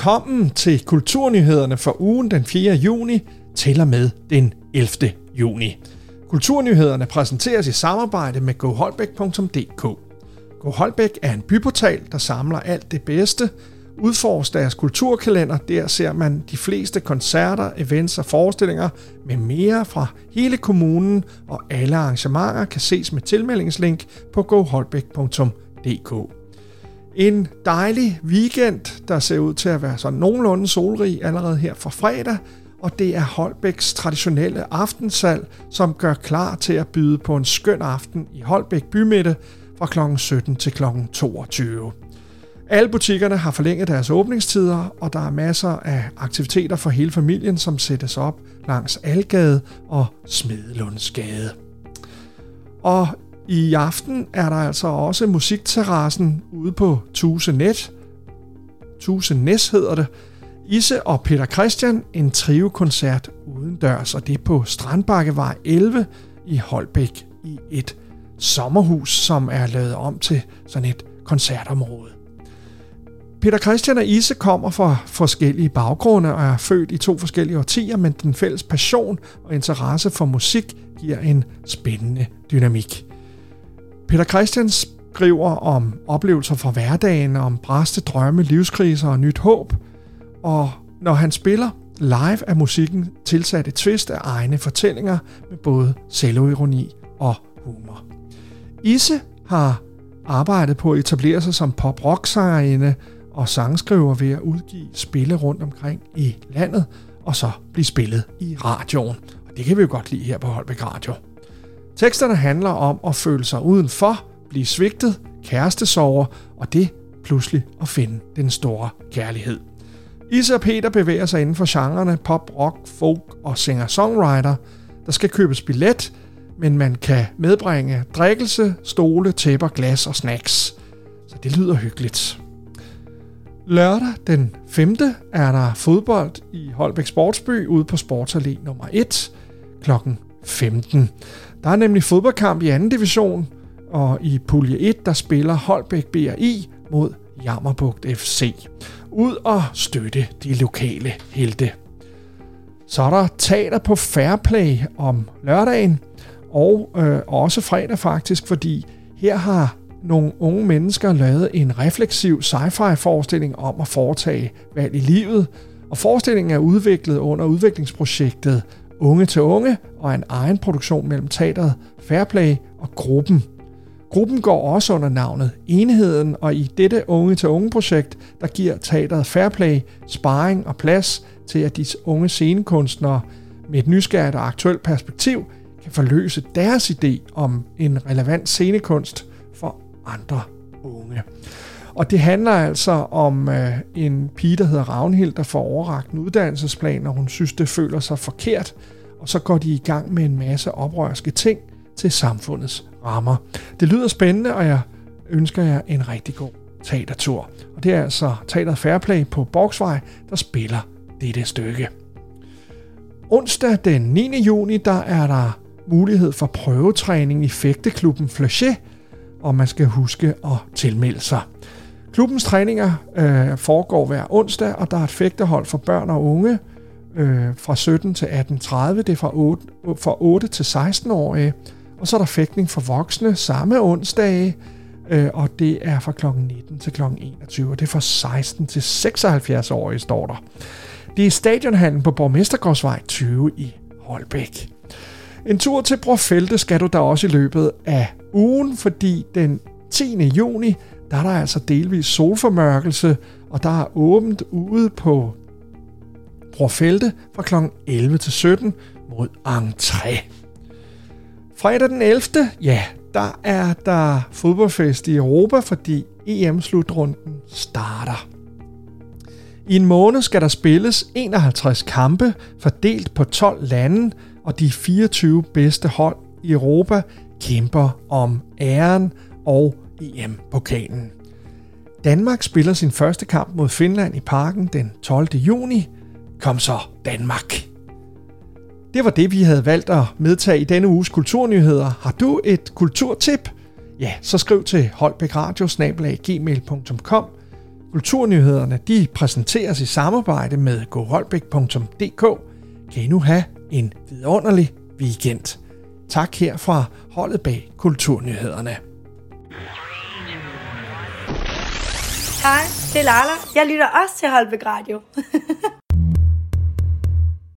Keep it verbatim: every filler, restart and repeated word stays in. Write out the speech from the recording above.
Velkommen til Kulturnyhederne for ugen den fjerde juni til og med den ellevte juni. Kulturnyhederne præsenteres i samarbejde med go holbæk punktum d k. Go Holbæk er en byportal, der samler alt det bedste. Udforsk deres kulturkalender, der ser man de fleste koncerter, events og forestillinger med mere fra hele kommunen, og alle arrangementer kan ses med tilmeldingslink på go holbæk punktum d k. En dejlig weekend, der ser ud til at være sådan nogenlunde solrig allerede her fra fredag, og det er Holbæks traditionelle aftensal, som gør klar til at byde på en skøn aften i Holbæk Bymidte fra klokken sytten til klokken toogtyve. Alle butikkerne har forlænget deres åbningstider, og der er masser af aktiviteter for hele familien, som sættes op langs Algade og Smedelundsgade. Og i aften er der altså også musikterrassen ude på Tusenet. Tusenæs hedder det. Isse og Peter Christian, en trio-koncert udendørs, og det er på Strandbakkevej elleve i Holbæk i et sommerhus, som er lavet om til sådan et koncertområde. Peter Christian og Isse kommer fra forskellige baggrunde og er født i to forskellige årtier, men den fælles passion og interesse for musik giver en spændende dynamik. Peter Christian skriver om oplevelser fra hverdagen, om braste drømme, livskriser og nyt håb, og når han spiller live er musikken tilsat et twist af egne fortællinger med både selvironi og humor. Isse har arbejdet på at etablere sig som pop-rock-sangerinde og sangskriver ved at udgive spille rundt omkring i landet, og så blive spillet i radioen. Og det kan vi jo godt lide her på Holbæk Radio. Teksterne handler om at føle sig udenfor, blive svigtet, kærestesorger, og det pludselig at finde den store kærlighed. Isse og Peter bevæger sig inden for genrerne pop, rock, folk og singer-songwriter. Der skal købes billet, men man kan medbringe drikkelse, stole, tæpper, glas og snacks. Så det lyder hyggeligt. Lørdag den femte er der fodbold i Holbæk Sportsby ude på Sportsallé nummer et klokken femten. Der er nemlig fodboldkamp i anden division, og i pulje et der spiller Holbæk B R I mod Jammerbugt F C. Ud og støtte de lokale helte. Så er der teater på Fairplay om lørdagen, og øh, også fredag faktisk, fordi her har nogle unge mennesker lavet en refleksiv sci-fi forestilling om at foretage valg i livet, og forestillingen er udviklet under udviklingsprojektet Unge til Unge og er en egen produktion mellem teateret Fairplay og Gruppen. Gruppen går også under navnet Enheden, og i dette Unge til Unge projekt, der giver teateret Fairplay sparring og plads til, at disse unge scenekunstnere med et nysgerrigt og aktuelt perspektiv kan forløse deres idé om en relevant scenekunst for andre unge. Og det handler altså om øh, en pige, der hedder Ragnhild, der får overrakt en uddannelsesplan, og hun synes, det føler sig forkert, og så går de i gang med en masse oprørske ting til samfundets rammer. Det lyder spændende, og jeg ønsker jer en rigtig god teatertur. Og det er altså Teateret Fairplay på Borgsvej, der spiller dette stykke. Onsdag den niende juni, der er der mulighed for prøvetræning i fægteklubben Flachet, og man skal huske at tilmelde sig. Klubbens træninger øh, foregår hver onsdag, og der er et fægtehold for børn og unge øh, fra sytten til atten tredive. Det er fra otte, fra otte til seksten-årige. Og så er der fægtning for voksne samme onsdage, øh, og det er fra klokken nitten til klokken enogtyve. Og det er fra seksten til seksoghalvfjerds-årige, står der. Det er Stadionhallen på Borgmestergårdsvej tyve i Holbæk. En tur til Brorfelde skal du da også i løbet af ugen, fordi den tiende juni, der er der altså delvis solformørkelse, og der er åbent ude på Brorfelde fra klokken elleve til sytten mod entré. Fredag den ellevte, ja, der er der fodboldfest i Europa, fordi E M-slutrunden starter. I en måned skal der spilles enoghalvtreds kampe, fordelt på tolv lande, og de fireogtyve bedste hold i Europa kæmper om æren og E M-pokalen. Danmark spiller sin første kamp mod Finland i Parken den tolvte juni. Kom så, Danmark! Det var det, vi havde valgt at medtage i denne uges kulturnyheder. Har du et kulturtip? Ja, så skriv til holbækradio snabel-a gmail punktum com. Kulturnyhederne de præsenteres i samarbejde med go holbæk punktum d k. Kan I nu have en vidunderlig weekend. Tak her fra holdet bag Kulturnyhederne. Hej, det er Lala. Jeg lytter også til Holbæk Radio.